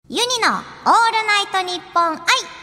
ユニのオールナイトニッポン愛。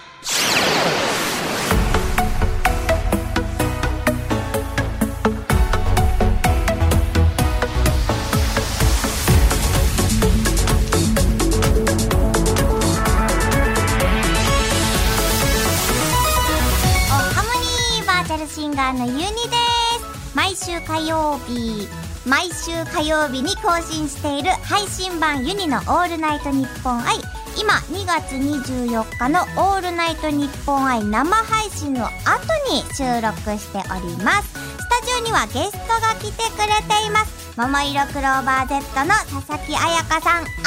おハモニーバーチャルシンガーのユニです。毎週火曜日に更新している配信版ユニのオールナイトニッポン愛。今2月24日のオールナイトニッポン愛生配信の後に収録しております。スタジオにはゲストが来てくれています。桃色クローバー Z の佐々木彩香さん、あーりんです。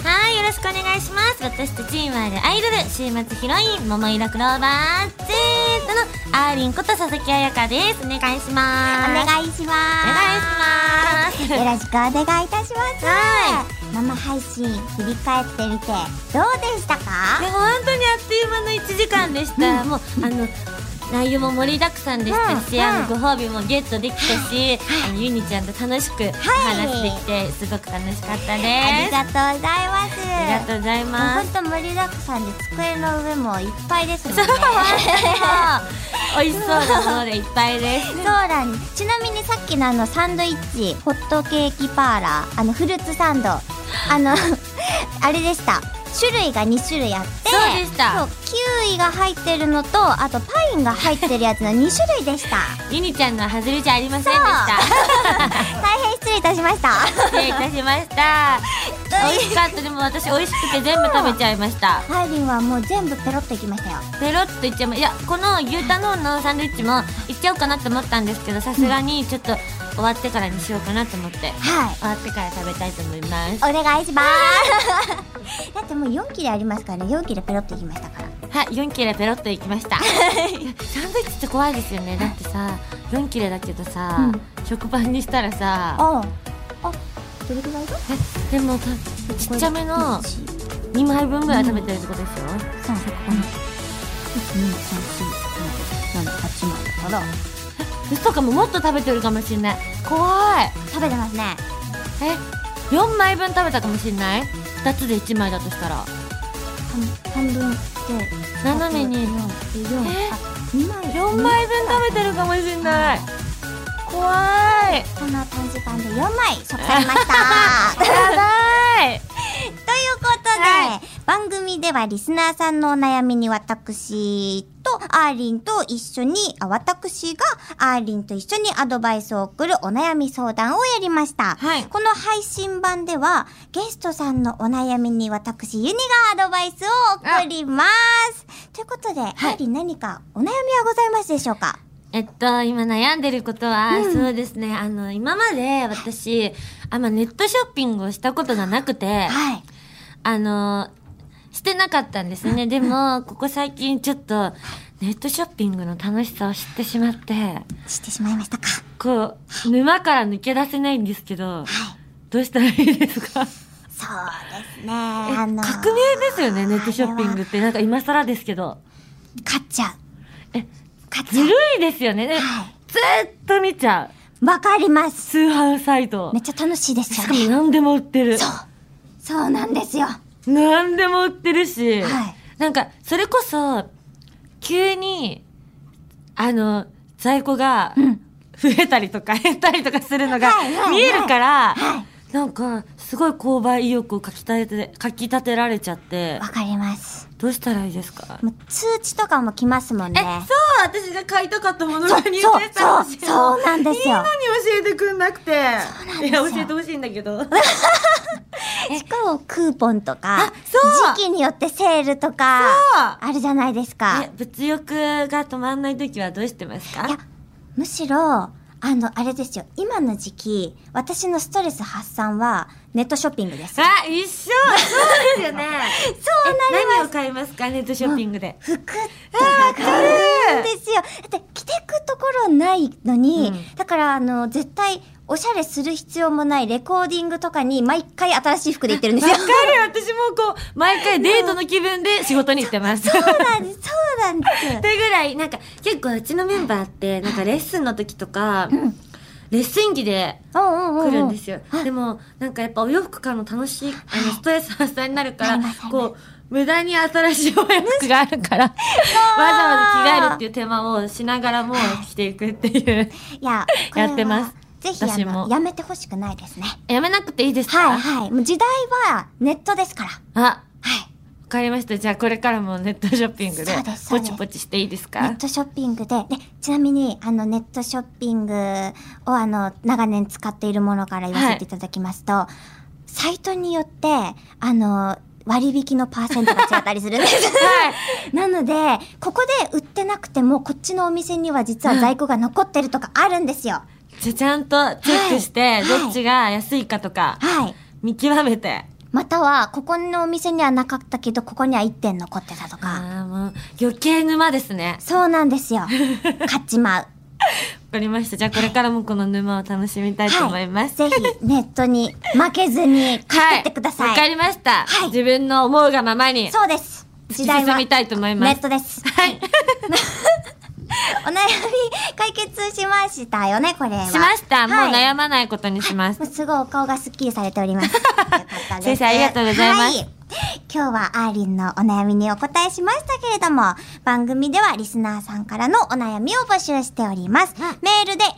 はい、よろしくお願いします。私たち今でアイドル週末ヒロイン桃色クローバー Z のあーりんこと佐々木彩香です。お願いします。 お願いします。よろしくお願いいたします。 はい。 生配信振り返ってみてどうでしたか？ 本当にあっという間の1時間でした。もう内容も盛りだくさんでしたし、ご褒美もゲットできたし、ユニちゃんと楽しく話できてすごく楽しかったです。 ありがとうございます。 ありがとうございます。 本当盛りだくさんで机の上もいっぱいですもんね。 美味しそうなものでいっぱいです。 そうなんです。ちなみにさっきのサンドイッチホットケーキパーラーフルーツサンドあれでした。種類が2種類あって、 そうでした。 そうキウイが入ってるのとあとパインが入ってるやつの2種類でした。 ユニちゃんのは外れじゃありませんでした。 大変失礼いたしました。 失礼いたしました。美味しかった。でも私美味しくて全部食べちゃいました。 アイリンはもう全部ペロッといきましたよ。 ペロッといっちゃいまいや、この牛タノンのサンドイッチもいっちゃおうかなって思ったんですけど、さすがにちょっと終わってからにしようかなと思って、 はい、 終わってから食べたいと思います。 お願いしますだってもう4切れありますからね。4切れペロッといきましたから。 はい、4切れペロッといきましたサンドイッチって怖いですよね。だってさ4切れだけどさ、食パンにしたらさあどれくらいだ？ でもちっちゃめの2枚分ぐらい食べてるってことですよ。 そう、食パン1、2、3、4、5、6、7、8枚だから嘘かも。もっと食べてるかもしれない。怖い。 食べてますね。 4枚分食べたかもしれない。2つで1枚だとしたら半分で斜めに 2枚 4枚分食べてるかもしれない。怖い。 この短時間で4枚食されましたやばいということで、番組ではリスナーさんのお悩みに私とアーリンと一緒に私がアーリンと一緒にアドバイスを送るお悩み相談をやりました、この配信版ではゲストさんのお悩みに私ユニがアドバイスを送りますということで、アーリン何かお悩みはございますでしょうか？ 今悩んでることは、そうですね、今まで私、ネットショッピングをしたことがなくて、してなかったんですね。でも、ここ最近ちょっと、ネットショッピングの楽しさを知ってしまって、 知ってしまいましたか？ こう、沼から抜け出せないんですけど、どうしたらいいですか？ そうですね。 革命ですよね、ネットショッピングって。なんか今更ですけど。 買っちゃう。 ずるいですよね。ずっと見ちゃう。わかります。 通販サイト。 めっちゃ楽しいですよね。 しかも何でも売ってる。 そうなんですよ。 何でも売ってるし。なんか、それこそ、急に、在庫が、増えたりとか減ったりとかするのが見えるから、なんか、すごい購買意欲をかき立てられちゃって。 わかります。 どうしたらいいですか？ もう通知とかも来ますもんね。 そう私が買いたかったものが入店したかもしれない。 そうなんですよ。 いいのに教えてくんなくて。 そうなんですよ。 いや、教えてほしいんだけど。 しかもクーポンとか、時期によってセールとか、あるじゃないですか。 物欲が止まんないときはどうしてますか？ いや、むしろ、あれですよ。今の時期、私のストレス発散は、ネットショッピングです。 一緒そうですよね。そうなります。何を買いますか？ネットショッピングで。 服とか買うんですよ。だって着てくところないのに、だから絶対おしゃれする必要もないレコーディングとかに毎回新しい服で行ってるんですよ。 わかる。私もこう毎回デートの気分で仕事に行ってます。 そうなんです。 ってぐらいなんか結構うちのメンバーってなんかレッスンの時とか、 レッスン着で来るんですよ。でも、なんかやっぱお洋服買うの楽しい、ストレス発散になるから、こう、無駄に新しいお洋服があるから、わざわざ着替えるっていう手間をしながらも着ていくっていう、やってます。 ぜひやめてほしくないですね。 やめなくていいですか？ はいはい。もう時代はネットですから。 あ、はい。わかりました。じゃあこれからもネットショッピングでポチポチしていいですか？ ネットショッピングで、ちなみにネットショッピングを長年使っているものから言わせていただきますと、サイトによって割引のパーセントが違ったりするんです。はい。なので、ここで売ってなくても、こっちのお店には実は在庫が残ってるとかあるんですよ。 ちゃんとチェックして、どっちが安いかとか、見極めて。 または、ここのお店にはなかったけど、ここには1点残ってたとか。 もう、余計沼ですね。 そうなんですよ。買っちまう。 わかりました。じゃあこれからもこの沼を楽しみたいと思います。 ぜひネットに負けずに買ってってください。 わかりました。自分の思うがままに。 そうです。 時代は進みたいと思います。 ネットです。はい。お悩み解決しましたよね、これは。 しました。もう悩まないことにします。 すごいお顔がスッキリされております。よかったです。 先生ありがとうございます。 今日はアーリンのお悩みにお答えしましたけれども、番組ではリスナーさんからのお悩みを募集しております。メールで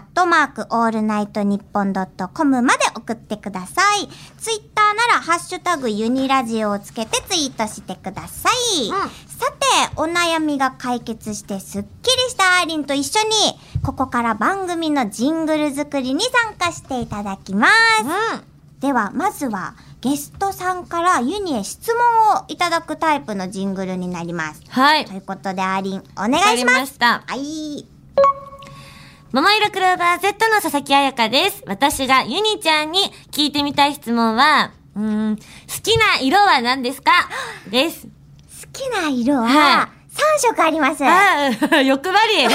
uni@allnightnippon.com まで送ってください。ツイッターならハッシュタグユニラジオをつけてツイートしてください。さて、お悩みが解決してすっきりしたアーリンと一緒に、ここから番組のジングル作りに参加していただきます。では、まずは、ゲストさんからユニへ質問をいただくタイプのジングルになります。 はい。 ということで、アーリン、お願いします。わかりました。 はい。 桃色クローバー Z の佐々木彩香です。私がユニちゃんに聞いてみたい質問は、好きな色は何ですかです。 好きな色は、3色あります。 欲張り。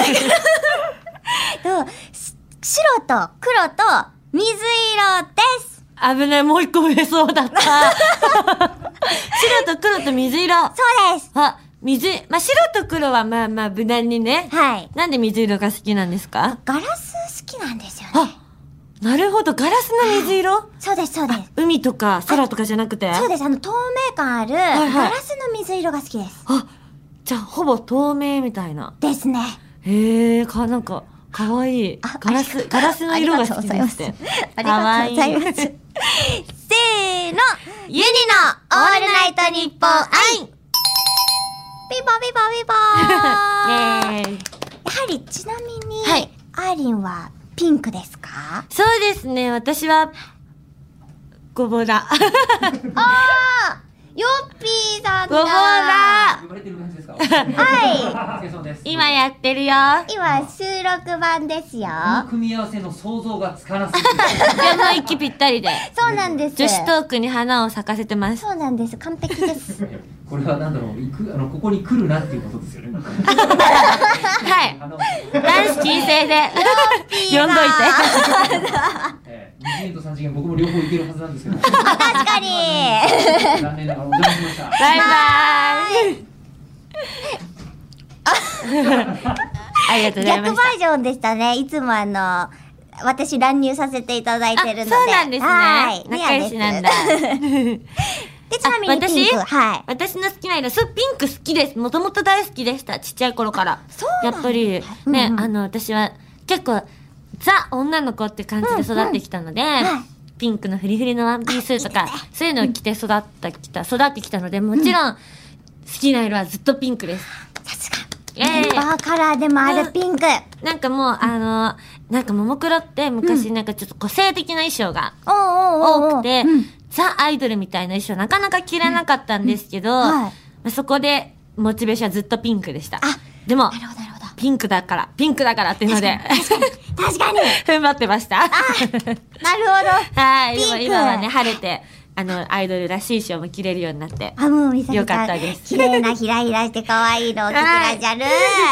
白と黒と水色です。 危ない、もう一個増えそうだった。白と黒と水色。 そうです。 白と黒はまあまあ無難にね。 はい。 なんで水色が好きなんですか？ ガラス好きなんですよね。 なるほど、ガラスの水色？ そうです、そうです。 海とか空とかじゃなくて？ そうです、透明感ある、ガラスの水色が好きです。 じゃあほぼ透明みたいな。 ですね。 へえ、なんか、かわいい。ガラスの色が好きですって。 ありがとうございます。せーの、ユニのオールナイトニッポン愛。ピボピボピボー。やはりちなみに、アーリンはピンクですか？ そうですね、私は、ごぼうだ。 ヨッピーさんだ。 ごぼうだ。 呼ばれてる感じですか？ はい。 今やってるよ。 今収録版ですよ。 この組み合わせの想像がつかなすぎて。 でも息ぴったりで。 そうなんです。 女子トークに花を咲かせてます。 そうなんです。完璧です。 これはなんだろう、ここに来るなっていうことですよね。 はい。男子禁制で呼んどいて。 2次元と3次元僕も両方いけるはずなんですけど。 確かに。 残念ながらお邪魔しました。 バイバーイ。ありがとうございました。 逆バージョンでしたね。いつも私乱入させていただいてるので。 そうなんですね。仲良しなんだ。 で、ちなみにピンク。 私の好きな色、ピンク好きです。もともと大好きでした。ちっちゃい頃から。 そうやっぱり、ね、私は結構、ザ女の子って感じで育ってきたので、ピンクのフリフリのワンピースとか、そういうのを着て育ってきたので、もちろん、好きな色はずっとピンクです。 さすが。メンバーカラーでもあるピンク。 なんかもう、なんかももクロって昔なんかちょっと個性的な衣装が多くて、ザ・アイドルみたいな衣装なかなか着れなかったんですけど、そこでモチベーションはずっとピンクでした。でも、ピンクだからっていうので。 確かに。 踏ん張ってました。なるほど。 はい。今はね、晴れて、アイドルらしい衣装も着れるようになって。 もうよかったです。 綺麗なひらひらして可愛いのを着てらっしゃる。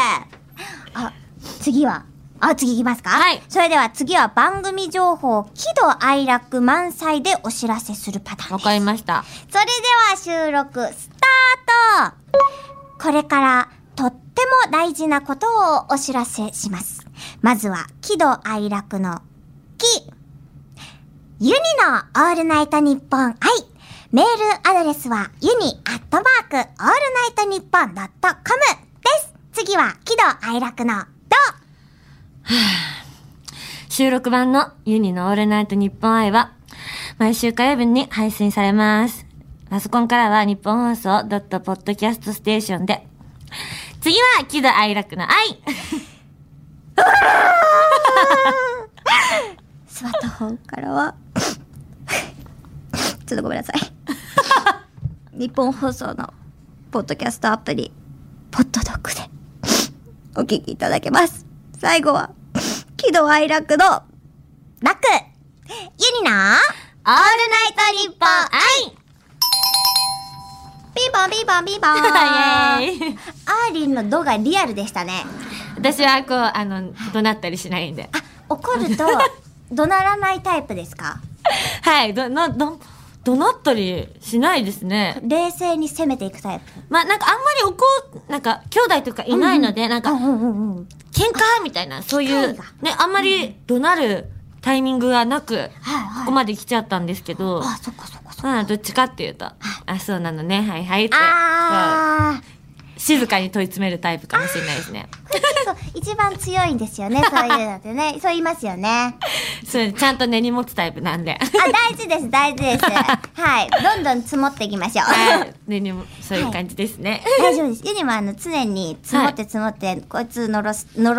次行きますか？はい。それでは次は番組情報、喜怒哀楽満載でお知らせするパターンです。 わかりました。 それでは収録スタート。これからとっても大事なことをお知らせします。まずは喜怒哀楽のユニのオールナイトニッポン愛。メールアドレスはuni@allnightnippon.com です。次は喜怒哀楽の収録版のユニのオールナイトニッポン愛は毎週火曜日に配信されます。パソコンからは日本放送.podcast station で。次は喜怒哀楽の愛。 座った方からはちょっとごめんなさい。日本放送のポッドキャストアプリポッドドッグでお聞きいただけます。最後は喜怒哀楽の楽。ユニのオールナイトニッポン愛。ピンポンピンポンピンポン。 イエーイ。 アーリンのドがリアルでしたね。 私はこう怒鳴ったりしないんで。 怒ると怒鳴らないタイプですか？ はい、怒鳴ったりしないですね。 冷静に攻めていくタイプ。 まあ、なんかあんまりなんか兄弟とかいないので、なんか、喧嘩みたいな、そういう、ね、あんまり怒鳴るタイミングがなく、ここまで来ちゃったんですけど、 あ、そっかそっかそっか。 まあ、どっちかっていうと、あ、そうなのね、はいはいって、静かに問い詰めるタイプかもしれないですね。 そう、一番強いんですよね、そういうのってね。そう言いますよね。 そう、ちゃんと根に持つタイプなんで。 大事です、大事です。はい。どんどん積もっていきましょう。 はい。根にも、そういう感じですね。 大丈夫です。ユニも常に積もって積もって、こいつ呪う。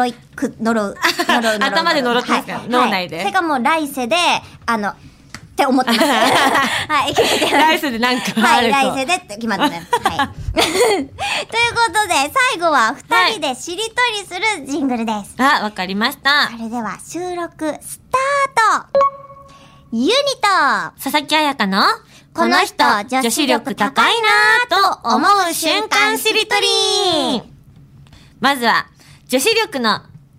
頭で呪ってますから、脳内で。 それかもう来世で、って思ってます。はい、決めてます。 来世でなんかあると。 はい、来世でって決まってます。はい。ということで、最後は二人でしりとりするジングルです。 あ、わかりました。 それでは収録スタート。ユニと佐々木彩香のこの人女子力高いなぁと思う瞬間しりとり。 まずは女子力の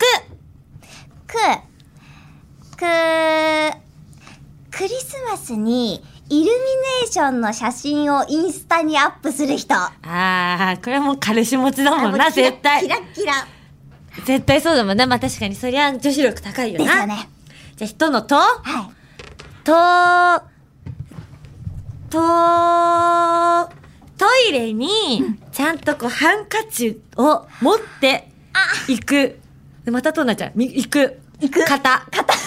クリスマスにイルミネーションの写真をインスタにアップする人。 あー、これはもう彼氏持ちだもんな、絶対。 キラッキラ。 絶対そうだもんな。まあ確かにそりゃ女子力高いよな。 ですよね。 じゃあ人のと、 はい。 トイレにちゃんとこうハンカチを持って行く。またとなっちゃう。行く。方。 それは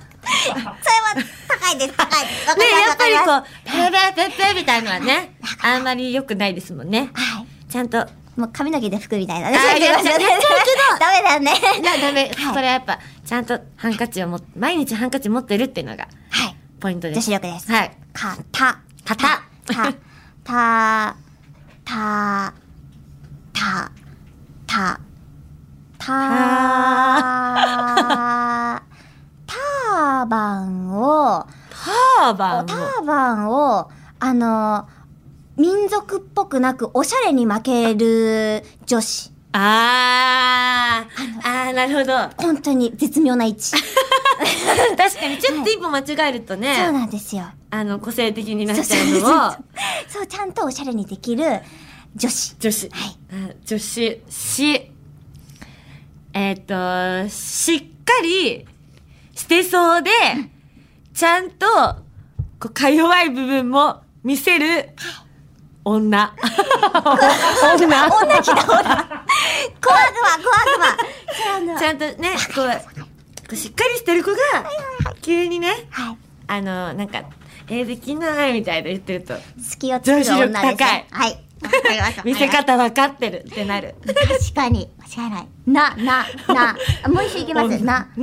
高いです、高いです。 ね、やっぱりこう、ペペみたいのはね、あんまり良くないですもんね。 はい。 ちゃんと。 もう髪の毛で拭くみたいなね。 やっちゃうけど。 ダメだよね。 ダメ。それはやっぱ、ちゃんとハンカチを毎日ハンカチ持ってるっていうのが、 はい。 ポイントです。 女子力です。 はい。 肩。ターバンを、民族っぽくなくおしゃれに負ける女子。 なるほど。 本当に絶妙な位置。 確かにちょっと一歩間違えるとね、 そうなんですよ。 個性的になっちゃうのを。 そう、ちゃんとおしゃれにできる女子。 はい。女子、しっかりしてそうで、ちゃんと、こう、か弱い部分も見せる女。 女来た、怖くま。 ちゃんとね、こう、しっかりしてる子が、急にね、なんか、できないみたいな言ってると。 隙を作る女です。 女子力高い。 はい。 見せ方分かってるってなる。 確かに。間違いない。もう一度いきます。これ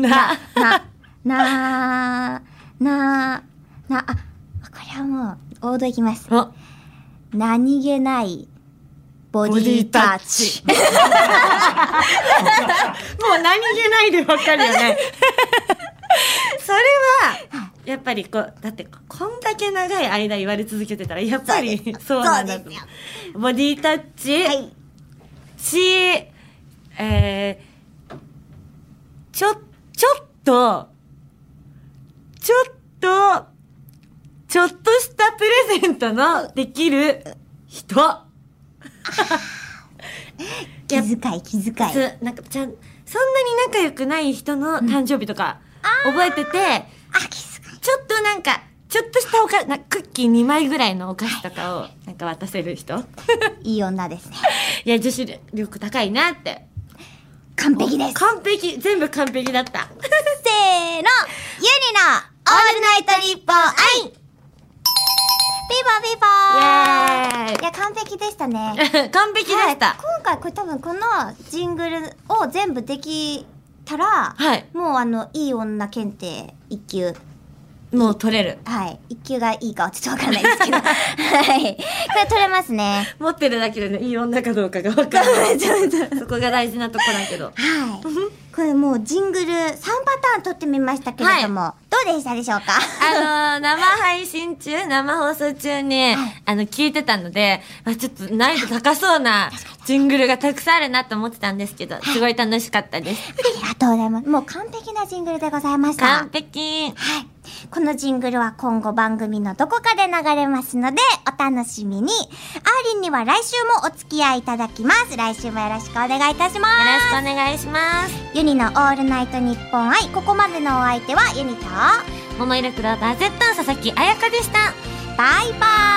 はもう、王道いきます。何気ないボディタッチ。 もう何気ないで分かるよね。それは、やっぱりだってこんだけ長い間言われ続けてたら、やっぱりそうなんだと思う。ボディタッチ、はい、ちょっとしたプレゼントのできる人。 気遣い。 なんかそんなに仲良くない人の誕生日とか覚えてて、ちょっとなんかちょっとしたクッキー2枚ぐらいのお菓子とかをなんか渡せる人いい女ですね。 いや女子力高いなって。 完璧です。 完璧、全部完璧だった。 せーの、ユニのオールナイトニッポン愛。ピーポーピーポー。 イエーイ。 いや、完璧でしたね。 完璧でした。 今回これ多分このジングルを全部できたら、もういい女検定1級。 もう取れる。 はい。1級がいいかはちょっとわかんないですけど。はい。これ取れますね。 持ってるだけでね、いい女かどうかがわかんない。そこが大事なとこだけど。はい。 これもうジングル3パターン撮ってみましたけれども、どうでしたでしょうか？ 生配信中、生放送中に、聞いてたので、ちょっと難易度高そうなジングルがたくさんあるなと思ってたんですけど、すごい楽しかったです。 ありがとうございます。もう完璧なジングルでございました。 完璧。 はい。このジングルは今後番組のどこかで流れますので、お楽しみに。あーりんには来週もお付き合いいただきます。来週もよろしくお願いいたします。 よろしくお願いします。 ユニのオールナイトニッポン愛。ここまでのお相手はユニと桃色クローバー Z 佐々木彩香でした。 バイバーイ。